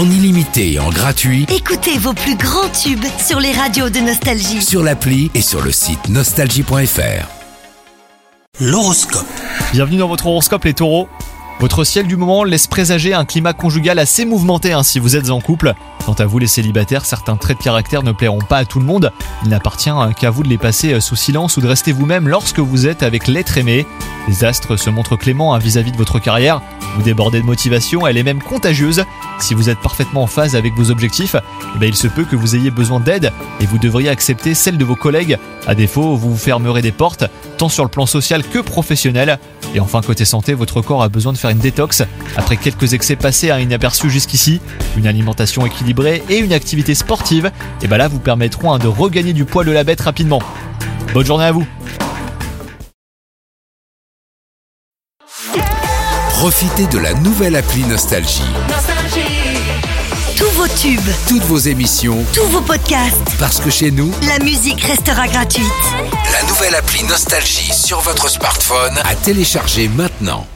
en illimité et en gratuit Écoutez vos plus grands tubes sur les radios de Nostalgie. sur l'appli et sur le site nostalgie.fr. L'horoscope. Bienvenue dans votre horoscope les taureaux. Votre ciel du moment laisse présager un climat conjugal assez mouvementé si vous êtes en couple. Quant à vous les célibataires, certains traits de caractère ne plairont pas à tout le monde. Il n'appartient qu'à vous de les passer sous silence ou de rester vous-même lorsque vous êtes avec l'être aimé. Les astres se montrent cléments vis-à-vis de votre carrière. Vous débordez de motivation, elle est même contagieuse. Si vous êtes parfaitement en phase avec vos objectifs, il se peut que vous ayez besoin d'aide et vous devriez accepter celle de vos collègues. À défaut, vous vous fermerez des portes, tant sur le plan social que professionnel. Et enfin, côté santé, votre corps a besoin de faire une détox. Après quelques excès passés à inaperçus jusqu'ici, une alimentation équilibrée et une activité sportive, là vous permettront de regagner du poil de la bête rapidement. Bonne journée à vous. Profitez de la nouvelle appli Nostalgie. Tous vos tubes, Toutes vos émissions, tous vos podcasts, parce que chez nous, la musique restera gratuite. la nouvelle appli Nostalgie sur votre smartphone à télécharger maintenant.